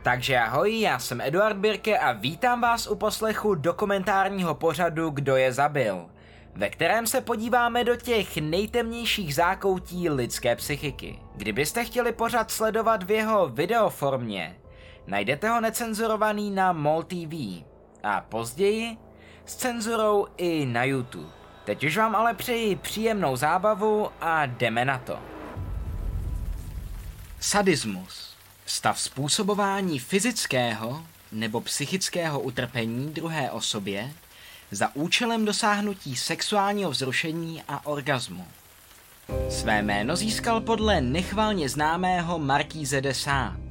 Takže ahoj, já jsem Eduard Birke a vítám vás u poslechu dokumentárního pořadu Kdo je zabil, ve kterém se podíváme do těch nejtemnějších zákoutí lidské psychiky. Kdybyste chtěli pořad sledovat v jeho videoformě, najdete ho necenzurovaný na MOL TV a později s cenzurou i na YouTube. Teď už vám ale přeji příjemnou zábavu a jdeme na to. Sadismus. Stav způsobování fyzického nebo psychického utrpení druhé osobě za účelem dosáhnutí sexuálního vzrušení a orgazmu. Své jméno získal podle nechvalně známého Marquise de Sade.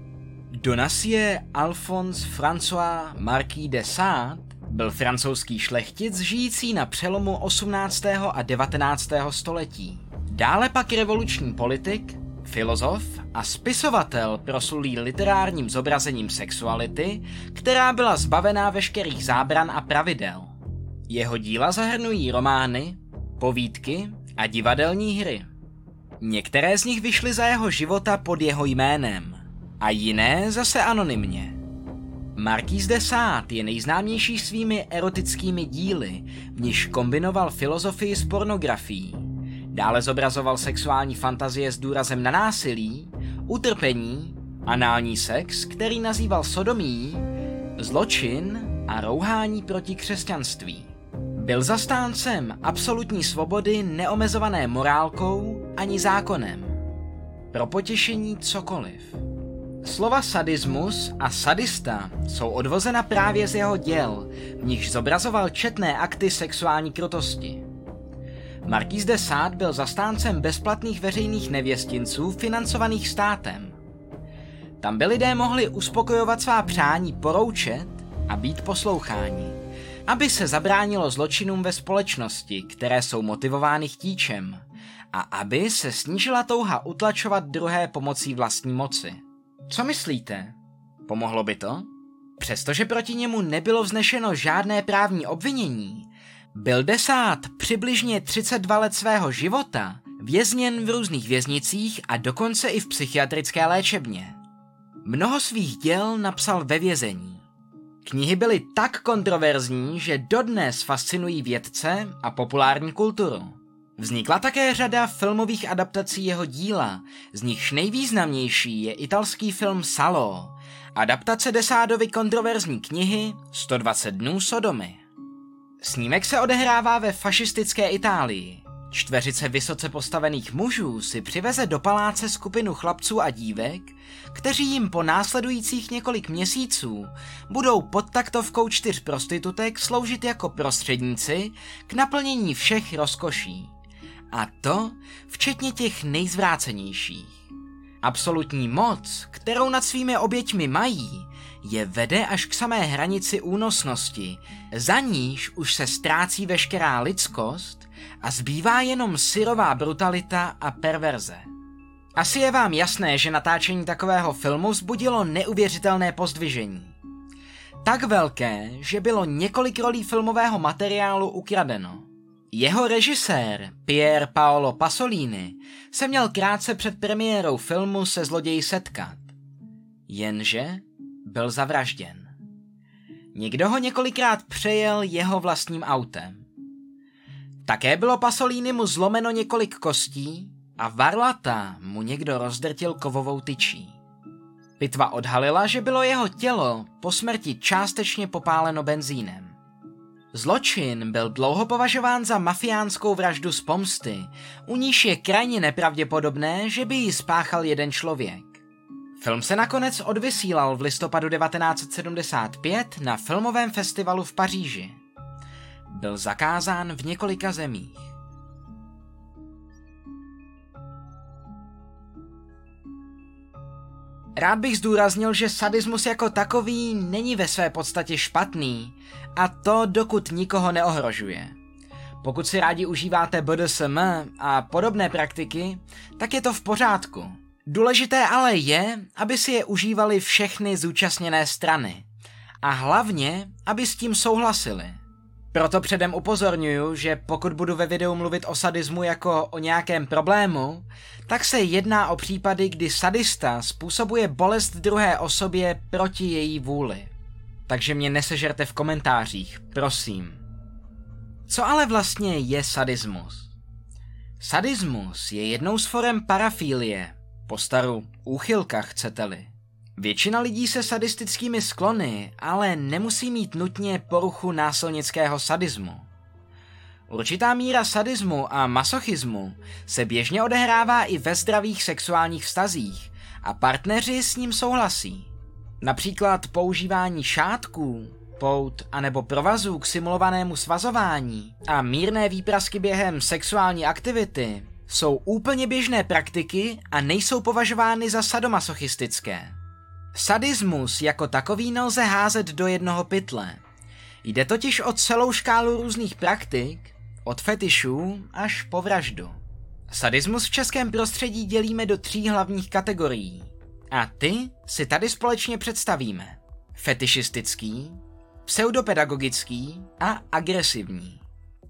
Donatien Alphonse François Marquis de Sade byl francouzský šlechtic žijící na přelomu 18. a 19. století. Dále pak revoluční politik, filozof a spisovatel proslulý literárním zobrazením sexuality, která byla zbavená veškerých zábran a pravidel. Jeho díla zahrnují romány, povídky a divadelní hry. Některé z nich vyšly za jeho života pod jeho jménem a jiné zase anonymně. Marquis de Sade je nejznámější svými erotickými díly, v nichž kombinoval filozofii s pornografií. Dále zobrazoval sexuální fantazie s důrazem na násilí, utrpení, anální sex, který nazýval sodomií, zločin a rouhání proti křesťanství. Byl zastáncem absolutní svobody neomezované morálkou ani zákonem. Pro potěšení cokoliv. Slova sadismus a sadista jsou odvozena právě z jeho děl, v nichž zobrazoval četné akty sexuální krutosti. Marquis de Sade byl zastáncem bezplatných veřejných nevěstinců financovaných státem. Tam by lidé mohli uspokojovat svá přání poroučet a být posloucháni, aby se zabránilo zločinům ve společnosti, které jsou motivovány chtíčem, a aby se snížila touha utlačovat druhé pomocí vlastní moci. Co myslíte? Pomohlo by to? Přestože proti němu nebylo vznešeno žádné právní obvinění, byl de Sade přibližně 32 let svého života vězněn v různých věznicích a dokonce i v psychiatrické léčebně. Mnoho svých děl napsal ve vězení. Knihy byly tak kontroverzní, že dodnes fascinují vědce a populární kulturu. Vznikla také řada filmových adaptací jeho díla, z nichž nejvýznamnější je italský film Salo, adaptace de Sadovy kontroverzní knihy 120 dnů Sodomy. Snímek se odehrává ve fašistické Itálii. Čtveřice vysoce postavených mužů si přiveze do paláce skupinu chlapců a dívek, kteří jim po následujících několik měsíců budou pod taktovkou 4 prostitutek sloužit jako prostředníci k naplnění všech rozkoší. A to včetně těch nejzvrácenějších. Absolutní moc, kterou nad svými oběťmi mají, je vede až k samé hranici únosnosti, za níž už se ztrácí veškerá lidskost a zbývá jenom syrová brutalita a perverze. Asi je vám jasné, že natáčení takového filmu vzbudilo neuvěřitelné pozdvižení. Tak velké, že bylo několik rolí filmového materiálu ukradeno. Jeho režisér, Pier Paolo Pasolini, se měl krátce před premiérou filmu se zloději setkat. Jenže byl zavražděn. Někdo ho několikrát přejel jeho vlastním autem. Také bylo Pasolinimu zlomeno několik kostí a varlata mu někdo rozdrtil kovovou tyčí. Pitva odhalila, že bylo jeho tělo po smrti částečně popáleno benzínem. Zločin byl dlouho považován za mafiánskou vraždu z pomsty, u níž je krajně nepravděpodobné, že by ji spáchal jeden člověk. Film se nakonec odvysílal v listopadu 1975 na filmovém festivalu v Paříži. Byl zakázán v několika zemích. Rád bych zdůraznil, že sadismus jako takový není ve své podstatě špatný, a to dokud nikoho neohrožuje. Pokud si rádi užíváte BDSM a podobné praktiky, tak je to v pořádku. Důležité ale je, aby si je užívali všechny zúčastněné strany. A hlavně, aby s tím souhlasili. Proto předem upozorňuju, že pokud budu ve videu mluvit o sadismu jako o nějakém problému, tak se jedná o případy, kdy sadista způsobuje bolest druhé osobě proti její vůli. Takže mě nesežerte v komentářích, prosím. Co ale vlastně je sadismus? Sadismus je jednou z forem parafilie, postaru úchylka chcete-li. Většina lidí se sadistickými sklony ale nemusí mít nutně poruchu násilnického sadismu. Určitá míra sadismu a masochismu se běžně odehrává i ve zdravých sexuálních vztazích a partneři s ním souhlasí. Například používání šátků, pout anebo provazů k simulovanému svazování a mírné výprasky během sexuální aktivity jsou úplně běžné praktiky a nejsou považovány za sadomasochistické. Sadismus jako takový nelze házet do jednoho pytle. Jde totiž o celou škálu různých praktik, od fetišů až po vraždu. Sadismus v českém prostředí dělíme do 3 hlavních kategorií. A ty si tady společně představíme. Fetišistický, pseudopedagogický a agresivní.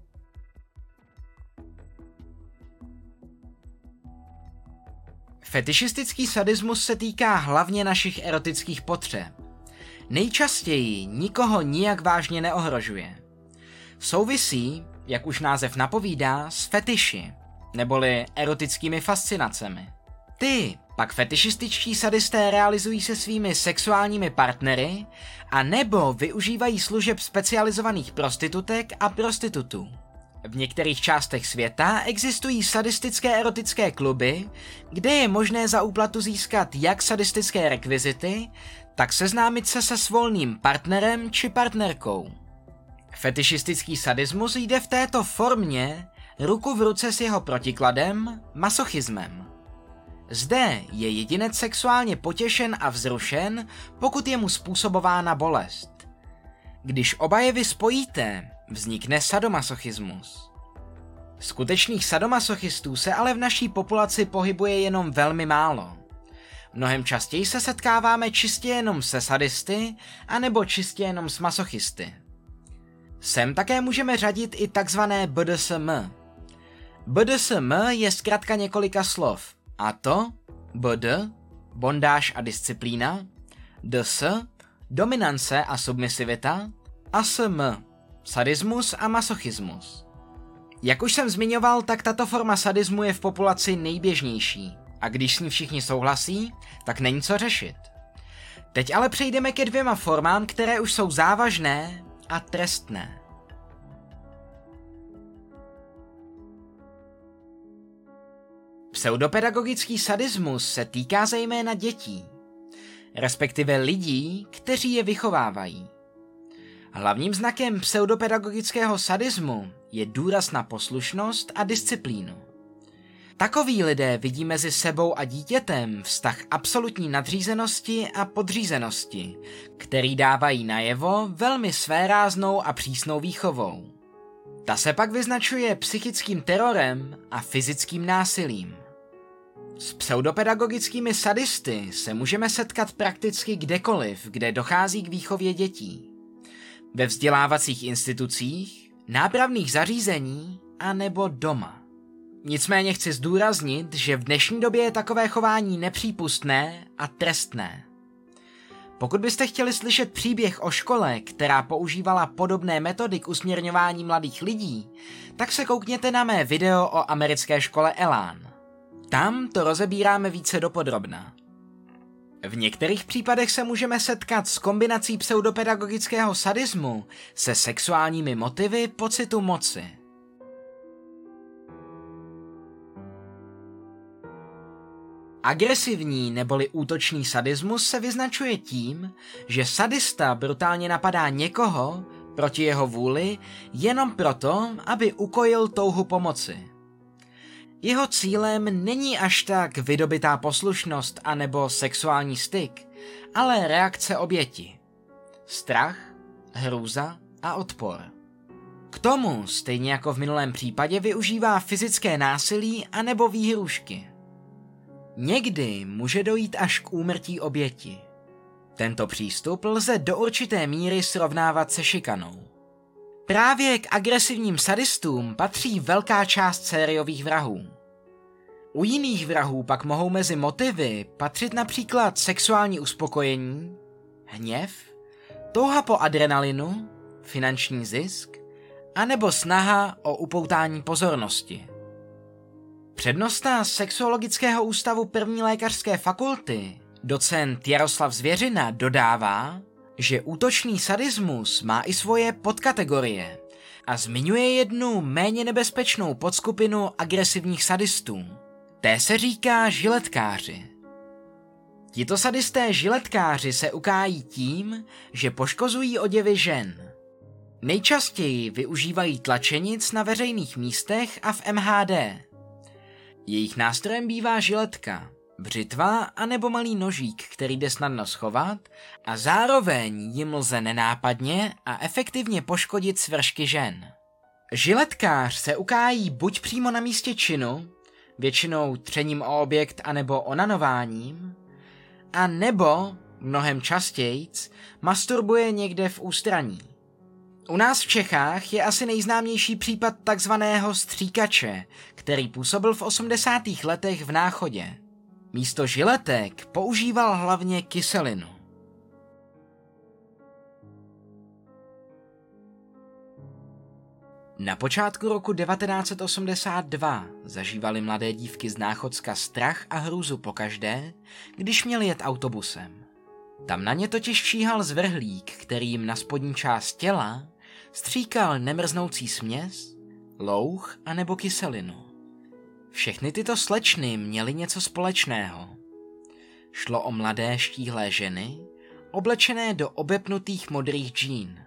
Fetišistický sadismus se týká hlavně našich erotických potřeb. Nejčastěji nikoho nijak vážně neohrožuje. Souvisí, jak už název napovídá, s fetiši, neboli erotickými fascinacemi. Ty pak fetišističtí sadisté realizují se svými sexuálními partnery a nebo využívají služeb specializovaných prostitutek a prostitutů. V některých částech světa existují sadistické erotické kluby, kde je možné za úplatu získat jak sadistické rekvizity, tak seznámit se s volným partnerem či partnerkou. Fetišistický sadismus jde v této formě ruku v ruce s jeho protikladem, masochismem. Zde je jedinec sexuálně potěšen a vzrušen, pokud je mu způsobována bolest. Když oba jevy spojíte, vznikne sadomasochismus. Skutečných sadomasochistů se ale v naší populaci pohybuje jenom velmi málo. Mnohem častěji se setkáváme čistě jenom se sadisty, anebo čistě jenom s masochisty. Sem také můžeme řadit i takzvané BDSM. BDSM je zkratka několika slov, a to BD, bondáž a disciplína, DS, dominance a submisivita, a SM, sadismus a masochismus. Jak už jsem zmiňoval, tak tato forma sadismu je v populaci nejběžnější a když s ní všichni souhlasí, tak není co řešit. Teď ale přejdeme ke 2 formám, které už jsou závažné a trestné. Pseudopedagogický sadismus se týká zejména dětí, respektive lidí, kteří je vychovávají. Hlavním znakem pseudopedagogického sadismu je důraz na poslušnost a disciplínu. Takoví lidé vidí mezi sebou a dítětem vztah absolutní nadřízenosti a podřízenosti, který dávají najevo velmi svéráznou a přísnou výchovou. Ta se pak vyznačuje psychickým terorem a fyzickým násilím. S pseudopedagogickými sadisty se můžeme setkat prakticky kdekoliv, kde dochází k výchově dětí. Ve vzdělávacích institucích, nápravných zařízení a nebo doma. Nicméně chci zdůraznit, že v dnešní době je takové chování nepřípustné a trestné. Pokud byste chtěli slyšet příběh o škole, která používala podobné metody k usměrňování mladých lidí, tak se koukněte na mé video o americké škole Elan. Tam to rozebíráme více dopodrobna. V některých případech se můžeme setkat s kombinací pseudopedagogického sadismu se sexuálními motivy pocitu moci. Agresivní neboli útočný sadismus se vyznačuje tím, že sadista brutálně napadá někoho proti jeho vůli jenom proto, aby ukojil touhu pomoci. Jeho cílem není až tak vydobytá poslušnost anebo sexuální styk, ale reakce oběti. Strach, hrůza a odpor. K tomu, stejně jako v minulém případě, využívá fyzické násilí anebo výhrůžky. Někdy může dojít až k úmrtí oběti. Tento přístup lze do určité míry srovnávat se šikanou. Právě k agresivním sadistům patří velká část sériových vrahů. U jiných vrahů pak mohou mezi motivy patřit například sexuální uspokojení, hněv, touha po adrenalinu, finanční zisk, anebo snaha o upoutání pozornosti. Přednosta Sexuologického ústavu první lékařské fakulty, docent Jaroslav Zvěřina, dodává, že útočný sadismus má i svoje podkategorie a zmiňuje jednu méně nebezpečnou podskupinu agresivních sadistů. Té se říká žiletkáři. Tito sadisté žiletkáři se ukájí tím, že poškozují oděvy žen. Nejčastěji využívají tlačenic na veřejných místech a v MHD. Jejich nástrojem bývá žiletka, břitva anebo malý nožík, který jde snadno schovat a zároveň jim lze nenápadně a efektivně poškodit svršky žen. Žiletkář se ukájí buď přímo na místě činu, většinou třením o objekt anebo onanováním, a nebo, mnohem častějc, masturbuje někde v ústraní. U nás v Čechách je asi nejznámější případ takzvaného stříkače, který působil v 80. letech v Náchodě. Místo žiletek používal hlavně kyselinu. Na počátku roku 1982 zažívaly mladé dívky z Náchodska strach a hrůzu pokaždé, když měly jet autobusem. Tam na ně totiž číhal zvrhlík, který jim na spodní část těla stříkal nemrznoucí směs, louh anebo kyselinu. Všechny tyto slečny měly něco společného. Šlo o mladé štíhlé ženy, oblečené do obepnutých modrých džín.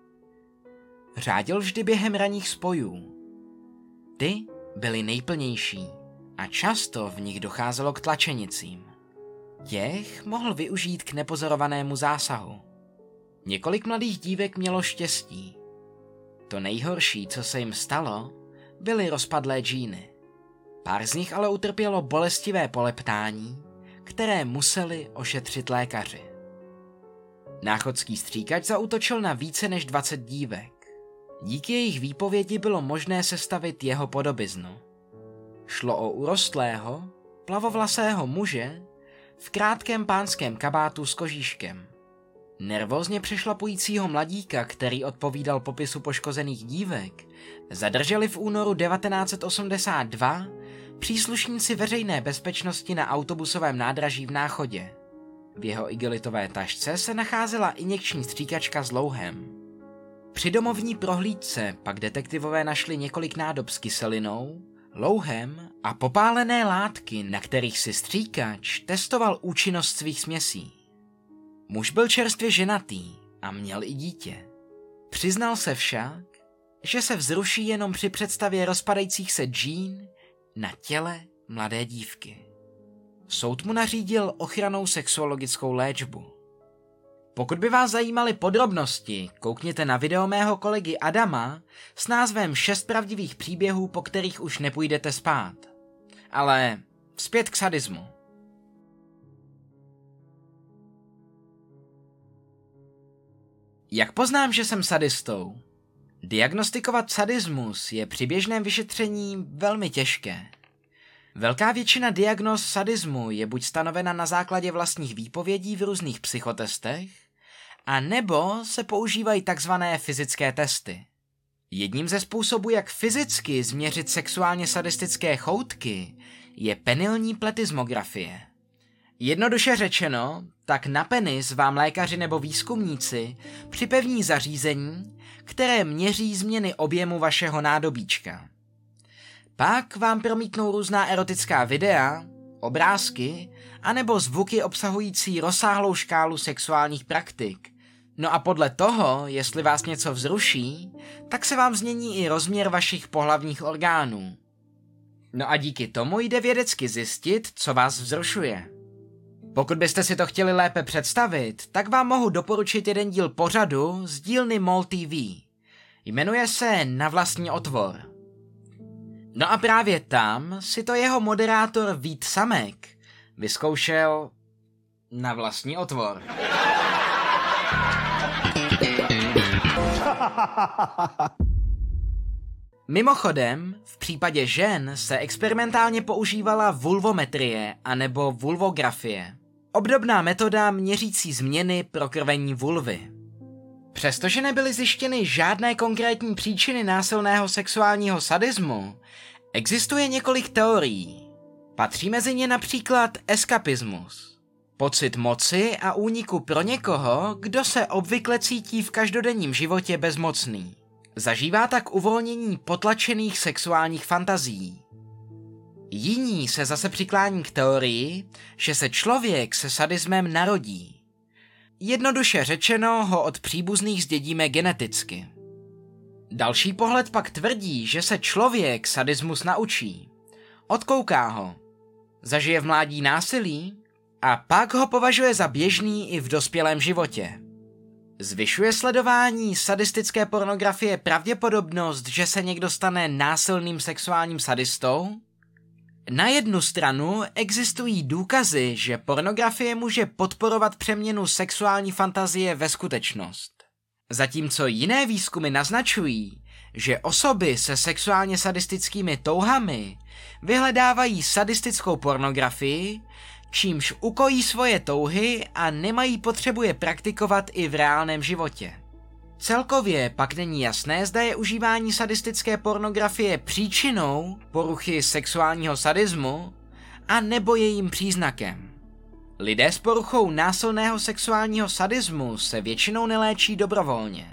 Řádil vždy během ranních spojů. Ty byly nejplnější a často v nich docházelo k tlačenicím. Těch mohl využít k nepozorovanému zásahu. Několik mladých dívek mělo štěstí. To nejhorší, co se jim stalo, byly rozpadlé džíny. Pár z nich ale utrpělo bolestivé poleptání, které museli ošetřit lékaři. Náchodský stříkač zaútočil na více než 20 dívek. Díky jejich výpovědi bylo možné sestavit jeho podobiznu. Šlo o urostlého, plavovlasého muže v krátkém pánském kabátu s kožíškem. Nervózně přešlapujícího mladíka, který odpovídal popisu poškozených dívek, zadrželi v únoru 1982 příslušníci veřejné bezpečnosti na autobusovém nádraží v Náchodě. V jeho igelitové tašce se nacházela injekční stříkačka s louhem. Při domovní prohlídce pak detektivové našli několik nádob s kyselinou, louhem a popálené látky, na kterých si stříkač testoval účinnost svých směsí. Muž byl čerstvě ženatý a měl i dítě. Přiznal se však, že se vzruší jenom při představě rozpadajících se džín na těle mladé dívky. Soud mu nařídil ochrannou sexuologickou léčbu. Pokud by vás zajímaly podrobnosti, koukněte na video mého kolegy Adama s názvem 6 pravdivých příběhů, po kterých už nepůjdete spát. Ale zpět k sadismu. Jak poznám, že jsem sadistou? Diagnostikovat sadismus je při běžném vyšetření velmi těžké. Velká většina diagnóz sadismu je buď stanovena na základě vlastních výpovědí v různých psychotestech, a nebo se používají takzvané fyzické testy. Jedním ze způsobů, jak fyzicky změřit sexuálně sadistické choutky, je penilní pletismografie. Jednoduše řečeno, tak na penis vám lékaři nebo výzkumníci připevní zařízení, které měří změny objemu vašeho nádobíčka. Pak vám promítnou různá erotická videa, obrázky anebo zvuky obsahující rozsáhlou škálu sexuálních praktik. No a podle toho, jestli vás něco vzruší, tak se vám změní i rozměr vašich pohlavních orgánů. No a díky tomu jde vědecky zjistit, co vás vzrušuje. Pokud byste si to chtěli lépe představit, tak vám mohu doporučit jeden díl pořadu z dílny MOL TV. Jmenuje se Na vlastní otvor. No a právě tam si to jeho moderátor Vít Samek vyzkoušel na vlastní otvor. Mimochodem, v případě žen se experimentálně používala vulvometrie anebo vulvografie. Obdobná metoda měřící změny prokrvení vulvy. Přestože nebyly zjištěny žádné konkrétní příčiny násilného sexuálního sadismu, existuje několik teorií. Patří mezi ně například eskapismus, pocit moci a úniku pro někoho, kdo se obvykle cítí v každodenním životě bezmocný. Zažívá tak uvolnění potlačených sexuálních fantazií. Jiní se zase přiklání k teorii, že se člověk se sadismem narodí. Jednoduše řečeno ho od příbuzných zdědíme geneticky. Další pohled pak tvrdí, že se člověk sadismus naučí. Odkouká ho, zažije v mládí násilí a pak ho považuje za běžný i v dospělém životě. Zvyšuje sledování sadistické pornografie pravděpodobnost, že se někdo stane násilným sexuálním sadistou? Na jednu stranu existují důkazy, že pornografie může podporovat přeměnu sexuální fantazie ve skutečnost. Zatímco jiné výzkumy naznačují, že osoby se sexuálně sadistickými touhami vyhledávají sadistickou pornografii, čímž ukojí svoje touhy a nemají potřebu je praktikovat i v reálném životě. Celkově pak není jasné, zda je užívání sadistické pornografie příčinou poruchy sexuálního sadismu a nebo jejím příznakem. Lidé s poruchou násilného sexuálního sadismu se většinou neléčí dobrovolně.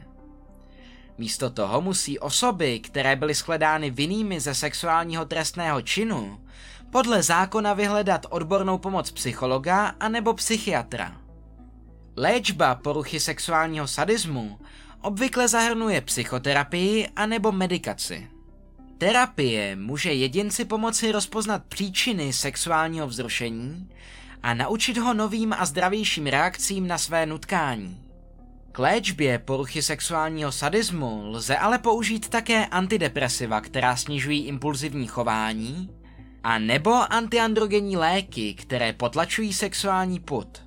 Místo toho musí osoby, které byly shledány vinnými ze sexuálního trestného činu, podle zákona vyhledat odbornou pomoc psychologa anebo psychiatra. Léčba poruchy sexuálního sadismu obvykle zahrnuje psychoterapii anebo medikaci. Terapie může jedinci pomoci rozpoznat příčiny sexuálního vzrušení a naučit ho novým a zdravějším reakcím na své nutkání. K léčbě poruchy sexuálního sadismu lze ale použít také antidepresiva, která snižují impulzivní chování, a nebo antiandrogenní léky, které potlačují sexuální pud.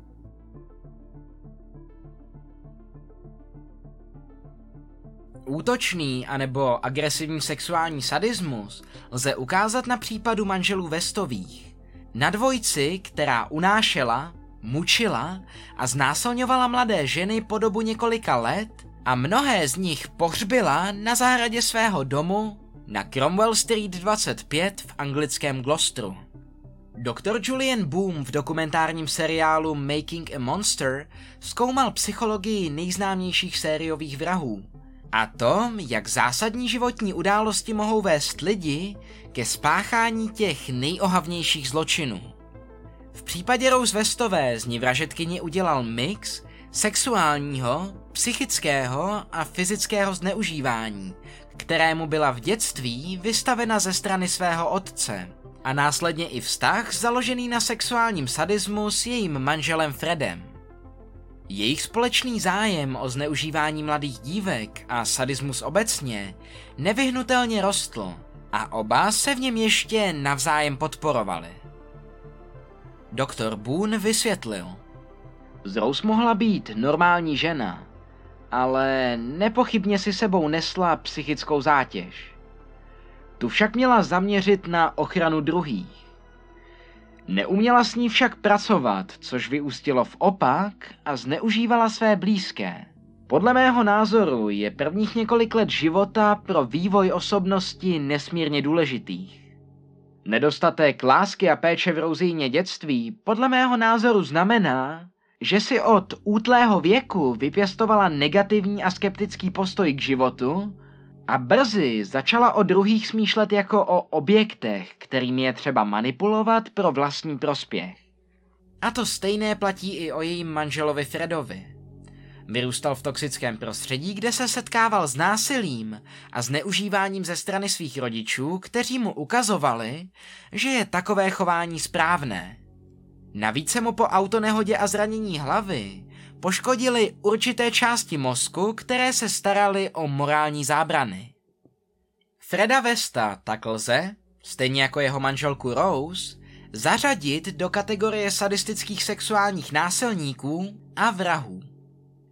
Útočný anebo agresivní sexuální sadismus lze ukázat na případu manželů Westových. Na dvojici, která unášela, mučila a znásilňovala mladé ženy po dobu několika let a mnohé z nich pohřbila na zahradě svého domu na Cromwell Street 25 v anglickém Gloucesteru. Dr. Julian Boom v dokumentárním seriálu Making a Monster zkoumal psychologii nejznámějších sériových vrahů a to, jak zásadní životní události mohou vést lidi ke spáchání těch nejohavnějších zločinů. V případě Rose Westové z ní vražedkyni udělal mix sexuálního, psychického a fyzického zneužívání, kterému byla v dětství vystavena ze strany svého otce, a následně i vztah založený na sexuálním sadismu s jejím manželem Fredem. Jejich společný zájem o zneužívání mladých dívek a sadismus obecně nevyhnutelně rostl a oba se v něm ještě navzájem podporovali. Doktor Boone vysvětlil. Z Rose mohla být normální žena, ale nepochybně si sebou nesla psychickou zátěž. Tu však měla zaměřit na ochranu druhých. Neuměla s ní však pracovat, což vyústilo v opak a zneužívala své blízké. Podle mého názoru je prvních několik let života pro vývoj osobnosti nesmírně důležitých. Nedostatek lásky a péče v Rozině dětství podle mého názoru znamená, že si od útlého věku vypěstovala negativní a skeptický postoj k životu a brzy začala o druhých smýšlet jako o objektech, kterými je třeba manipulovat pro vlastní prospěch. A to stejné platí i o jejím manželovi Fredovi. Vyrůstal v toxickém prostředí, kde se setkával s násilím a zneužíváním ze strany svých rodičů, kteří mu ukazovali, že je takové chování správné. Navíc se mu po autonehodě a zranění hlavy poškodili určité části mozku, které se staraly o morální zábrany. Freda Westa tak lze, stejně jako jeho manželku Rose, zařadit do kategorie sadistických sexuálních násilníků a vrahů.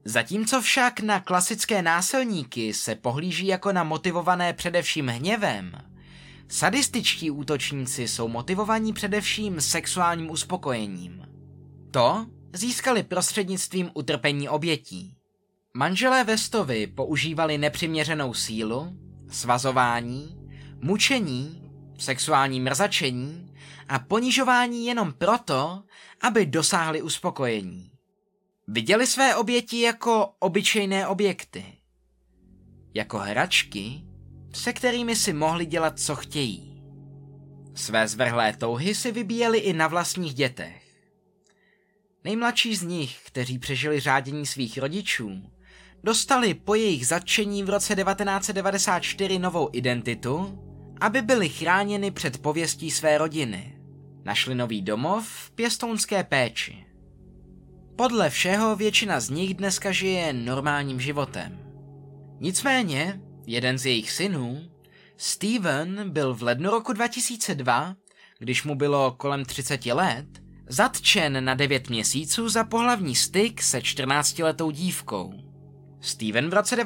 Zatímco však na klasické násilníky se pohlíží jako na motivované především hněvem, sadističtí útočníci jsou motivovaní především sexuálním uspokojením. To získali prostřednictvím utrpení obětí. Manželé Westovi používali nepřiměřenou sílu, svazování, mučení, sexuální mrzačení a ponižování jenom proto, aby dosáhli uspokojení. Viděli své oběti jako obyčejné objekty. Jako hračky, se kterými si mohli dělat, co chtějí. Své zvrhlé touhy si vybíjeli i na vlastních dětech. Nejmladší z nich, kteří přežili řádění svých rodičů, dostali po jejich zatčení v roce 1994 novou identitu, aby byli chráněni před pověstí své rodiny. Našli nový domov v pěstounské péči. Podle všeho většina z nich dneska žije normálním životem. Nicméně, jeden z jejich synů, Steven, byl v lednu roku 2002, když mu bylo kolem 30 let, zatčen na 9 měsíců za pohlavní styk se 14letou dívkou. Steven v roce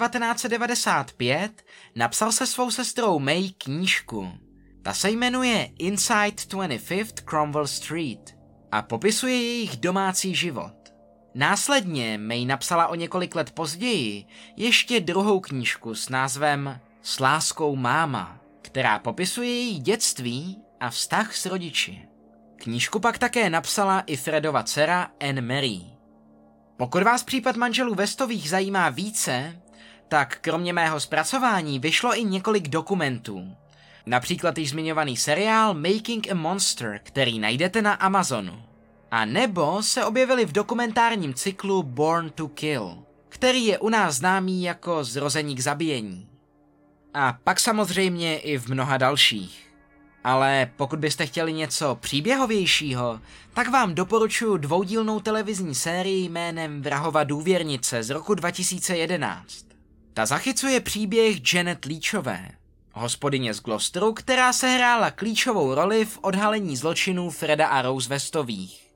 1995 napsal se svou sestrou May knížku. Ta se jmenuje Inside 25th Cromwell Street a popisuje jejich domácí život. Následně May napsala o několik let později ještě druhou knížku s názvem S láskou máma, která popisuje její dětství a vztah s rodiči. Knížku pak také napsala i Fredova dcera Anne Mary. Pokud vás případ manželů Westových zajímá více, tak kromě mého zpracování vyšlo i několik dokumentů. Například již zmiňovaný seriál Making a Monster, který najdete na Amazonu. A nebo se objevili v dokumentárním cyklu Born to Kill, který je u nás známý jako Zrození k zabíjení. A pak samozřejmě i v mnoha dalších. Ale pokud byste chtěli něco příběhovějšího, tak vám doporučuji dvoudílnou televizní sérii jménem Vrahova důvěrnice z roku 2011. Ta zachycuje příběh Janet Leachové, hospodyně z Gloucesteru, která sehrála klíčovou roli v odhalení zločinů Freda a Rose Westových.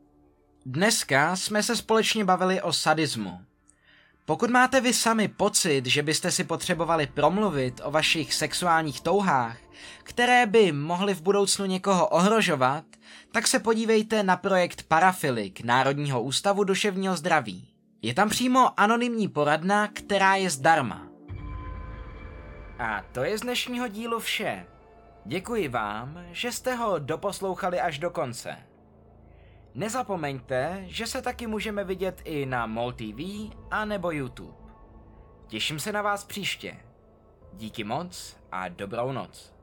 Dneska jsme se společně bavili o sadismu. Pokud máte vy sami pocit, že byste si potřebovali promluvit o vašich sexuálních touhách, které by mohly v budoucnu někoho ohrožovat, tak se podívejte na projekt Parafilik Národního ústavu duševního zdraví. Je tam přímo anonymní poradna, která je zdarma. A to je z dnešního dílu vše. Děkuji vám, že jste ho doposlouchali až do konce. Nezapomeňte, že se taky můžeme vidět i na MOL TV a nebo YouTube. Těším se na vás příště. Díky moc a dobrou noc.